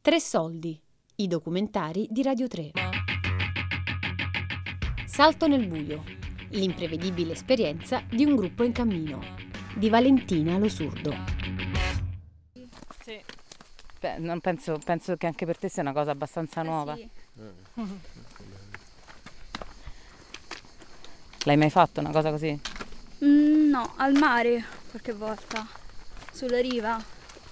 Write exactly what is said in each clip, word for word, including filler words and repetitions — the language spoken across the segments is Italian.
Tre soldi, i documentari di Radio tre. Salto nel buio, l'imprevedibile esperienza di un gruppo in cammino, di Valentina Lo Surdo. Sì. Beh, non penso, penso che anche per te sia una cosa abbastanza Eh nuova. sì. L'hai mai fatto una cosa così? Mm, no, al mare qualche volta, sulla riva.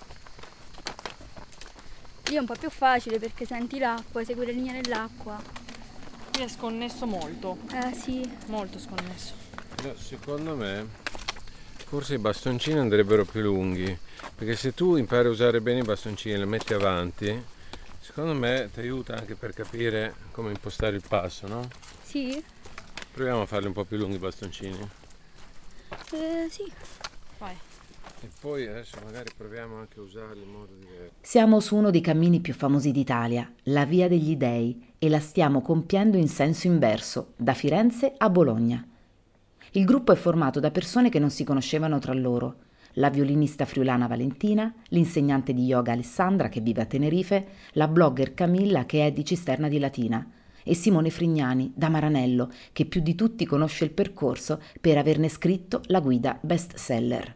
Lì è un po' più facile perché senti l'acqua, segui le linee dell'acqua. Qui è sconnesso molto, Eh sì. molto sconnesso. No, secondo me forse i bastoncini andrebbero più lunghi, perché se tu impari a usare bene i bastoncini e li metti avanti, secondo me ti aiuta anche per capire come impostare il passo, no? Sì? Proviamo a farli un po' più lunghi i bastoncini. Eh sì. Vai. E poi adesso magari proviamo anche a usarli in modo diverso. Siamo su uno dei cammini più famosi d'Italia, la Via degli Dei, e la stiamo compiendo in senso inverso, da Firenze a Bologna. Il gruppo è formato da persone che non si conoscevano tra loro: la violinista friulana Valentina, l'insegnante di yoga Alessandra che vive a Tenerife, la blogger Camilla che è di Cisterna di Latina e Simone Frignani da Maranello, che più di tutti conosce il percorso per averne scritto la guida best seller.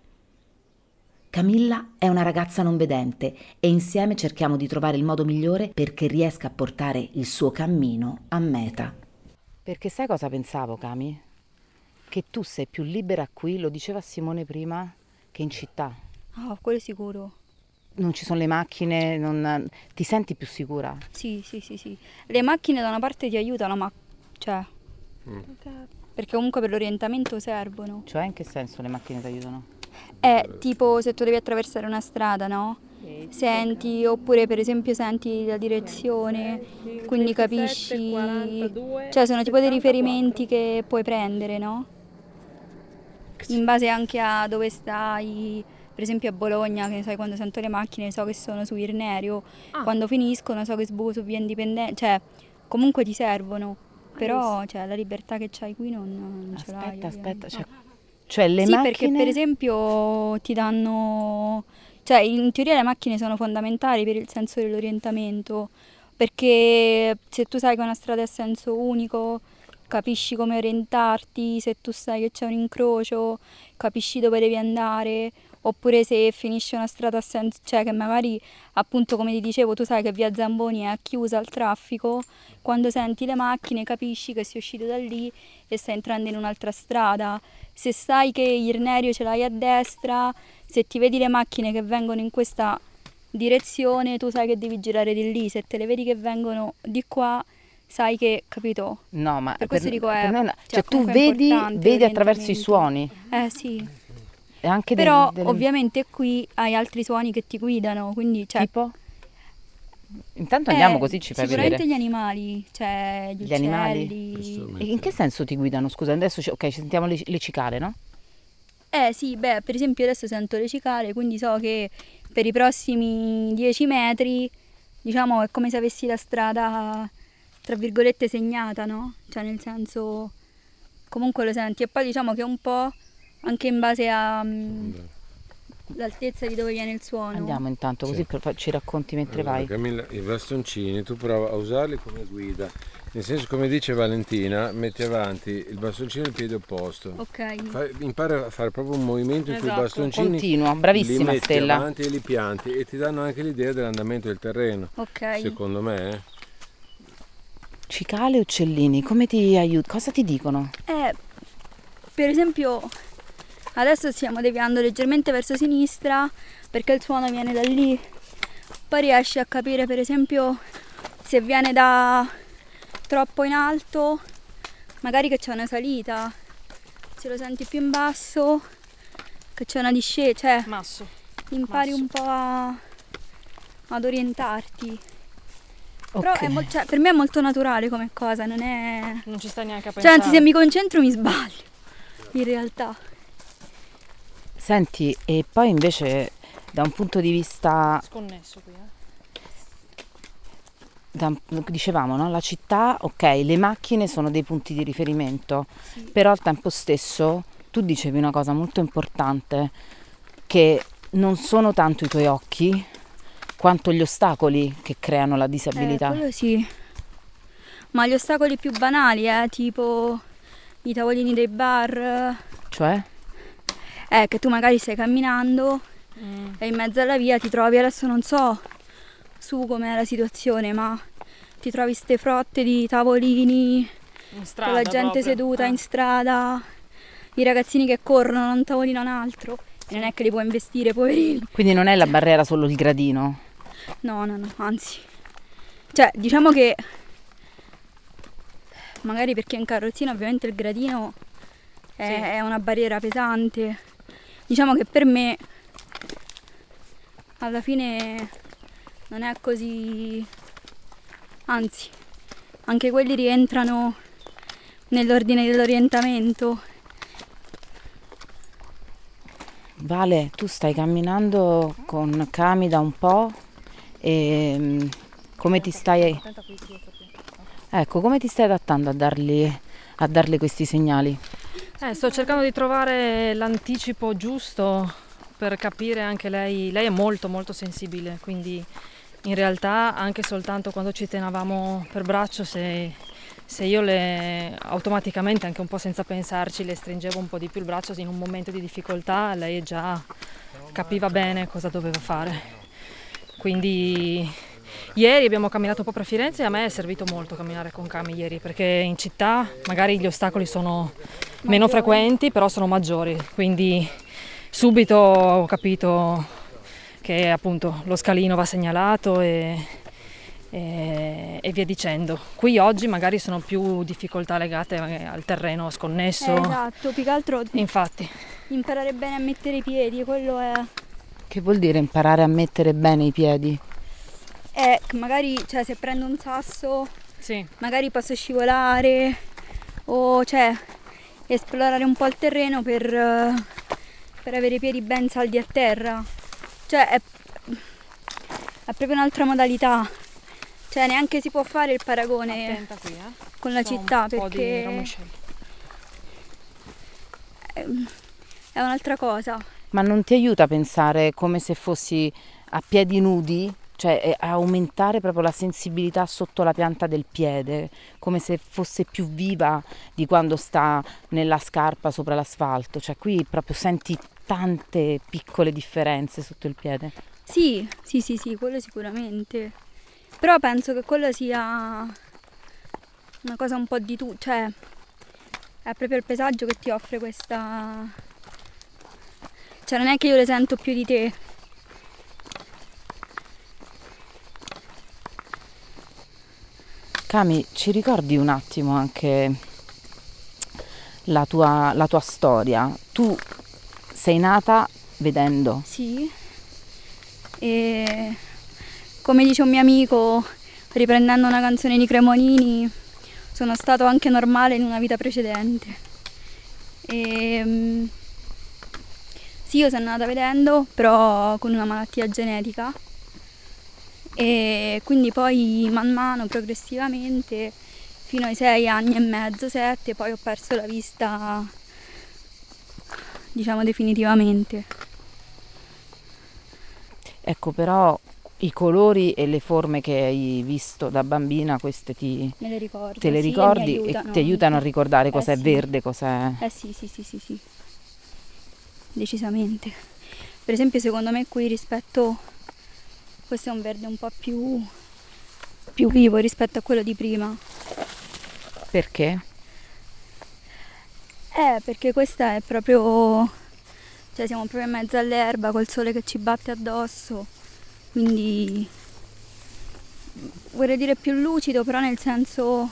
Camilla è una ragazza non vedente e insieme cerchiamo di trovare il modo migliore perché riesca a portare il suo cammino a meta. Perché sai cosa pensavo, Cami? Che tu sei più libera qui, lo diceva Simone prima, che in città. Oh, quello è sicuro. Non ci sono le macchine, non... ti senti più sicura? Sì, sì, sì, sì. Le macchine da una parte ti aiutano, ma cioè Mm. perché comunque per l'orientamento servono. Cioè, in che senso le macchine ti aiutano? È tipo se tu devi attraversare una strada, no? Senti, oppure per esempio senti la direzione, quindi capisci. Cioè sono tipo dei riferimenti che puoi prendere, no? In base anche a dove stai. Per esempio a Bologna, che sai, quando sento le macchine so che sono su Irnerio, Ah. quando finiscono so che sbuco su Via Indipendenza, cioè comunque ti servono, però cioè, la libertà che c'hai qui non, non ce l'hai. Aspetta, aspetta, ovviamente. cioè, cioè le Sì, macchine... perché per esempio ti danno, cioè in teoria le macchine sono fondamentali per il senso dell'orientamento, perché se tu sai che una strada è a senso unico, capisci come orientarti, se tu sai che c'è un incrocio, capisci dove devi andare, oppure se finisce una strada a senso, cioè che magari appunto come ti dicevo tu sai che via Zamboni è chiusa al traffico, quando senti le macchine capisci che sei uscito da lì e stai entrando in un'altra strada. Se sai che Irnerio ce l'hai a destra, se ti vedi le macchine che vengono in questa direzione, tu sai che devi girare di lì, se te le vedi che vengono di qua, sai che, capito? No, ma Per questo dico, è- per noi no. cioè, Cioè, tu comunque è vedi, importante vedi attraverso i l'orientamento. suoni. Eh sì, E anche dei- però delle- ovviamente qui hai altri suoni che ti guidano, quindi cioè, Tipo? Intanto andiamo eh, così ci fai sicuramente vedere. gli animali, cioè gli, Gli animali? uccelli. E in che senso ti guidano? Scusa, adesso ci- ok, ci sentiamo le, le cicale, no? Eh sì, beh, per esempio adesso sento le cicale, quindi so che per i prossimi dieci metri, diciamo, è come se avessi la strada, tra virgolette, segnata, no? Cioè nel senso, comunque lo senti. E poi diciamo che un po' anche in base all'altezza di dove viene il suono. Andiamo intanto così Sì. per- ci racconti mentre Allora, vai. Camilla, i bastoncini tu prova a usarli come guida, nel senso, come dice Valentina, metti avanti il bastoncino e il piede opposto. Ok. Fai- impara a fare proprio un movimento in cui i Esatto, bastoncini continuo, li bravissima metti Stella. avanti e li pianti e ti danno anche l'idea dell'andamento del terreno, Ok. secondo me. eh. Cicale e uccellini, come ti aiutano? Cosa ti dicono? Eh, per esempio, adesso stiamo deviando leggermente verso sinistra perché il suono viene da lì. Poi riesci a capire, per esempio, se viene da troppo in alto, magari che c'è una salita. Se lo senti più in basso, che c'è una discesa, cioè Masso. impari Masso. un po' a- ad orientarti. Però Ok. è mol- cioè, per me è molto naturale come cosa, non è... Non ci stai neanche a Cioè, pensare. anzi, se mi concentro mi sbaglio, in realtà. Senti, e poi invece da un punto di vista, Sconnesso qui, eh. da un- dicevamo, no? La città, ok, le macchine sono dei punti di riferimento, però al tempo stesso tu dicevi una cosa molto importante, che non sono tanto i tuoi occhi, quanto gli ostacoli che creano la disabilità. Eh, quello sì. Ma gli ostacoli più banali, eh, tipo i tavolini dei bar, Cioè? è che tu magari stai camminando Mm. e in mezzo alla via ti trovi, adesso non so su com'è la situazione, ma ti trovi ste frotte di tavolini In strada con la gente proprio. seduta Eh. in strada, i ragazzini che corrono da un tavolino a un altro e non è che li puoi investire, poverini. Quindi non è la barriera solo il gradino. No, no, no, anzi. Cioè, diciamo che magari perché in carrozzina ovviamente il gradino è, Sì. è una barriera pesante. Diciamo che per me alla fine non è così, anzi, anche quelli rientrano nell'ordine dell'orientamento. Vale, tu stai camminando con Cami da un po' e mm, come ti stai, ecco, come ti stai adattando a dargli, a darle questi segnali? Eh, sto cercando di trovare l'anticipo giusto per capire anche lei. Lei è molto molto sensibile, quindi in realtà anche soltanto quando ci tenevamo per braccio, se, se io le automaticamente, anche un po' senza pensarci, le stringevo un po' di più il braccio in un momento di difficoltà, lei già capiva bene cosa doveva fare. Quindi ieri abbiamo camminato un po' per Firenze e a me è servito molto camminare con Cami ieri, perché in città magari gli ostacoli sono meno frequenti, però sono maggiori, quindi subito ho capito che appunto lo scalino va segnalato e, e, e via dicendo. Qui oggi magari sono più difficoltà legate al terreno sconnesso. Eh, esatto, più che altro Infatti, imparare bene a mettere i piedi, quello è... Che vuol dire imparare a mettere bene i piedi? è che magari, cioè, se prendo un sasso, sì, magari posso scivolare o, cioè, esplorare un po' il terreno per, eh, per avere i piedi ben saldi a terra. Cioè, è, è proprio un'altra modalità. Cioè, neanche si può fare il paragone attenta qui, eh. con la Sono città, un po' di perché ramoscelli. è, è un'altra cosa. Ma non ti aiuta a pensare come se fossi a piedi nudi? Cioè eh, a aumentare proprio la sensibilità sotto la pianta del piede, come se fosse più viva di quando sta nella scarpa sopra l'asfalto. Cioè qui proprio senti tante piccole differenze sotto il piede. Sì, sì, sì, sì, quello sicuramente. Però penso che quello sia una cosa un po' di tu, cioè è proprio il paesaggio che ti offre questa... Cioè non è che io le sento più di te. Cami, ci ricordi un attimo anche la tua, la tua storia? Tu sei nata vedendo. Sì. E come dice un mio amico, riprendendo una canzone di Cremonini, sono stato anche normale in una vita precedente. E, mm, sì, io sono nata vedendo, però con una malattia genetica. E quindi poi man mano, progressivamente, fino ai sei anni e mezzo, sette, poi ho perso la vista, diciamo, definitivamente. Ecco, però i colori e le forme che hai visto da bambina, queste ti, Me le ricordo. te le sì, ricordi mi e aiutano ti aiutano a anche. ricordare Eh cos'è sì. verde, cos'è... Eh sì, sì, sì, sì, sì. Decisamente. Per esempio, secondo me qui rispetto... Questo è un verde un po' più, più vivo rispetto a quello di prima. Perché? Eh, perché questa è proprio... Cioè siamo proprio in mezzo all'erba, col sole che ci batte addosso. Quindi... Vorrei dire più lucido, però nel senso...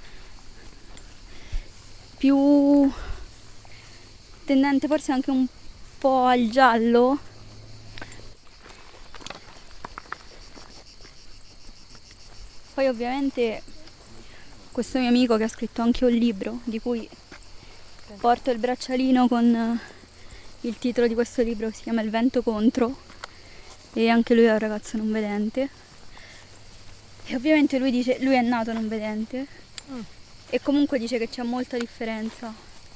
Più... Tendente forse anche un po' al giallo. Poi ovviamente questo mio amico che ha scritto anche un libro, di cui porto il braccialino con il titolo di questo libro, si chiama Il vento contro, e anche lui è un ragazzo non vedente. E ovviamente lui dice, lui è nato non vedente, mm. e comunque dice che c'è molta differenza,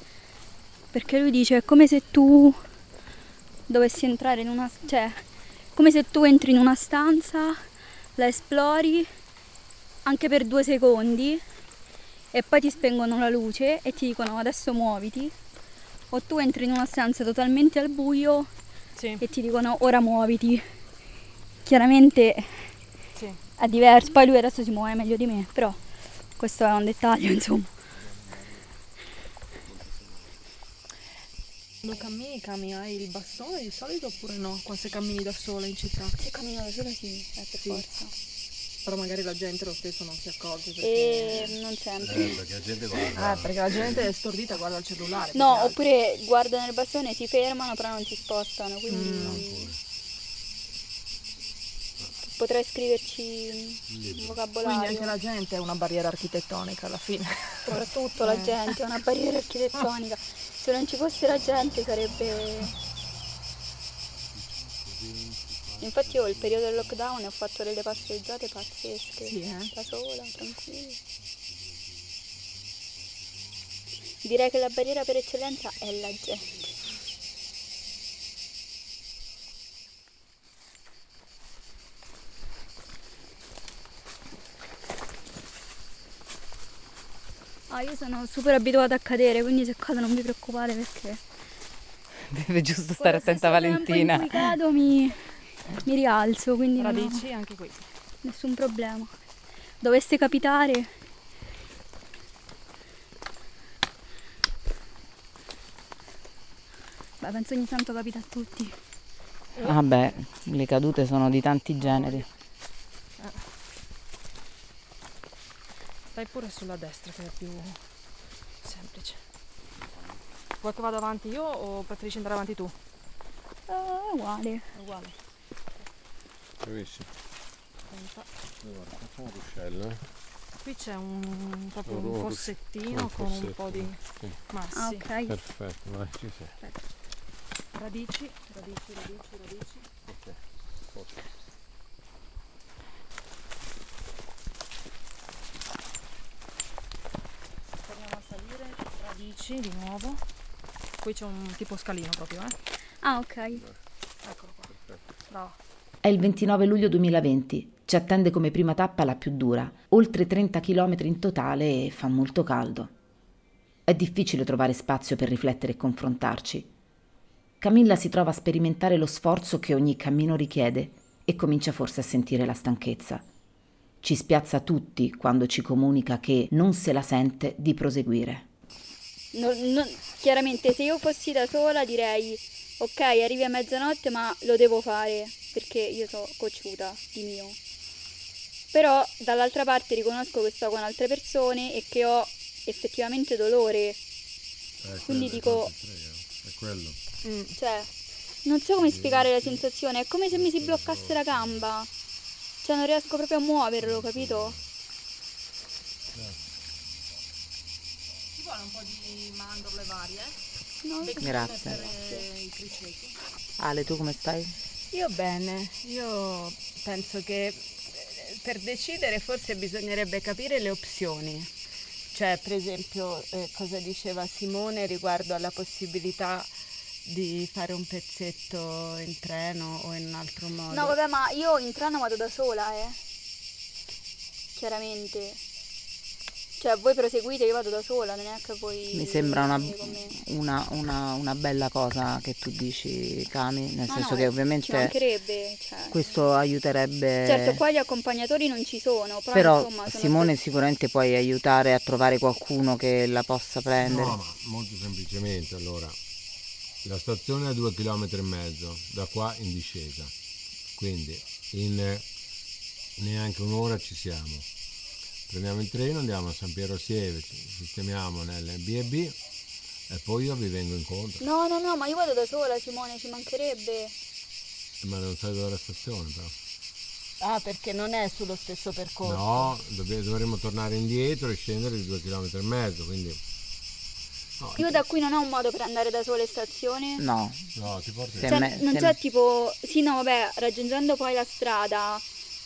perché lui dice è come se tu dovessi entrare in una... cioè, come se tu entri in una stanza, la esplori anche per due secondi e poi ti spengono la luce e ti dicono adesso muoviti, o tu entri in una stanza totalmente al buio Sì. e ti dicono ora muoviti. Chiaramente Sì. è diverso, poi lui adesso si muove meglio di me, però questo è un dettaglio, insomma. Quando cammini, cammini, hai il bastone di solito oppure no? Quando se cammini da sola in città? Se cammino da sola sì, è per Sì. forza. Però magari la gente lo stesso non si accorge perché... E non sempre. Eh, perché la gente guarda. Eh, perché la gente è stordita, guarda il cellulare. No, più che altro. oppure guardano il bastone, si fermano, però non si spostano, quindi Mm. potrei scriverci un Quindi vocabolario. anche la gente è una barriera architettonica alla fine. Soprattutto la gente, è una barriera architettonica. Se non ci fosse la gente sarebbe... Infatti io il periodo del lockdown ho fatto delle passeggiate pazzesche, Sì, eh? da sola, tranquilla. Direi che la barriera per eccellenza è la gente. Ah, io sono super abituata a cadere, quindi se cado non vi preoccupate perché... Deve giusto stare attenta Quello stesso Valentina. tempo in cui cado mi, mi rialzo, quindi non ho Radici anche qui. nessun problema. Dovesse capitare... Beh, penso ogni tanto capita a tutti. Vabbè, le cadute sono di tanti generi. Stai pure sulla destra che è più semplice. Vuoi che vada avanti io o preferisci andare avanti tu? Eh, è uguale. Uguale. Bravissimo. Aspetta. Allora, facciamo un ruscello, eh. Qui c'è un, proprio Un un rus- fossettino un con un fossetto, po' di sì. massi. Ah, ok. Perfetto, vai, ci sei. Radici, radici, radici, radici. Ok, posto. Torniamo a salire, radici di nuovo. Qui c'è un tipo scalino proprio, eh. Ah, ok. Eccolo qua. Bravo. È il ventinove luglio duemilaventi. Ci attende come prima tappa la più dura, oltre trenta chilometri in totale e fa molto caldo. È difficile trovare spazio per riflettere e confrontarci. Camilla si trova a sperimentare lo sforzo che ogni cammino richiede e comincia forse a sentire la stanchezza. Ci spiazza tutti quando ci comunica che non se la sente di proseguire. Non- non- chiaramente se io fossi da sola direi ok, arrivi a mezzanotte ma lo devo fare perché io sono cocciuta di mio. Però dall'altra parte riconosco che sto con altre persone e che ho effettivamente dolore. Quindi dico, È quello. mm, cioè, non so come spiegare la sensazione, è come se mi si bloccasse la gamba. Cioè non riesco proprio a muoverlo, capito? Ci vuole un po' di mandorle varie? No, Grazie. Per i criceti. Ale, tu come stai? Io bene, io penso che eh, per decidere forse bisognerebbe capire le opzioni, cioè per esempio eh, cosa diceva Simone riguardo alla possibilità di fare un pezzetto in treno o in un altro modo. no vabbè, ma io in treno vado da sola, eh. Chiaramente. Cioè voi proseguite, io vado da sola, non è che voi... Mi sembra una, venite con me. una, una, una bella cosa che tu dici, Cami, nel No, senso no, che ci ovviamente mancherebbe, cioè. questo aiuterebbe... Certo, qua gli accompagnatori non ci sono, però, Però insomma sono Simone stati- sicuramente puoi aiutare a trovare qualcuno che la possa prendere. No, ma molto semplicemente, allora, la stazione è a due chilometri e mezzo, da qua in discesa, quindi in eh, neanche un'ora ci siamo. Prendiamo il treno, andiamo a San Piero Sieve, ci sistemiamo nel B e B e poi io vi vengo incontro. No, no, no, ma io vado da sola, Simone, ci mancherebbe. Ma non sai dove è la stazione però. Ah, perché non è sullo stesso percorso. No, dobbiamo- dovremmo tornare indietro e scendere di due chilometri e mezzo, quindi... No, Io da qui non ho un modo per andare da sola in stazione. No, no, ti porti... Se- Cioè, me- non se- c'è tipo, sì no vabbè, raggiungendo poi la strada, cioè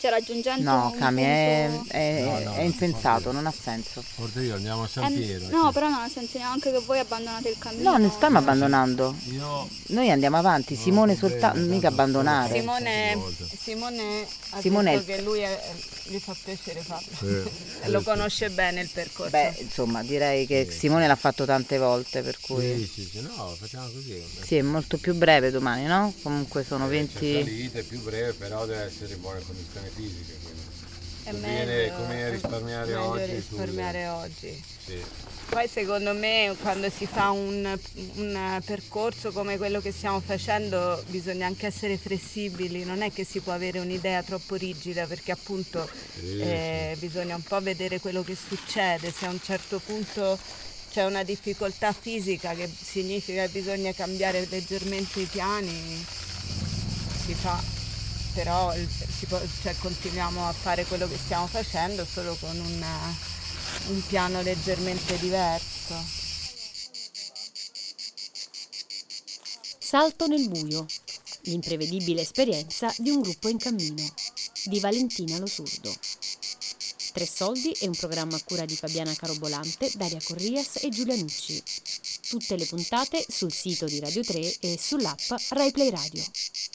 cioè raggiungendo No, un Cami, è, punto- è- No, no, è insensato, no. non ha senso. Porto io, andiamo a San Eh, Piero. no, sì. però non ha senso neanche che voi abbandonate il cammino. No, non stiamo abbandonando. Io Noi andiamo avanti, Simone va bene, soltanto, mica tanto abbandonare. sto- Simone, volta. Simone ha Simone è detto il- che lui è- gli fa piacere farlo. Sì, E lo sì, conosce bene il percorso. Beh, insomma, direi che Simone l'ha fatto tante volte, per Sì, cui sì, sì, no, facciamo così. sì, è molto più breve domani, no? Comunque sono Eh, C'è venti. salita, è più breve, però deve essere in buone condizioni fisiche. Quindi. È Conviene, meglio, conviene risparmiare meglio oggi. risparmiare oggi. Sì. Poi secondo me quando si fa un, un percorso come quello che stiamo facendo bisogna anche essere flessibili, non è che si può avere un'idea troppo rigida perché appunto Sì, eh, bisogna un po' vedere quello che succede, se a un certo punto c'è una difficoltà fisica che significa che bisogna cambiare leggermente i piani, si fa, però il- si può- cioè, continuiamo a fare quello che stiamo facendo solo con una un piano leggermente diverso. Salto nel buio, l'imprevedibile esperienza di un gruppo in cammino, di Valentina Lo Surdo. Tre soldi è un programma a cura di Fabiana Carobolante, Daria Corrias e Giulia Nucci. Tutte le puntate sul sito di Radio tre e sull'app Rai Play Radio.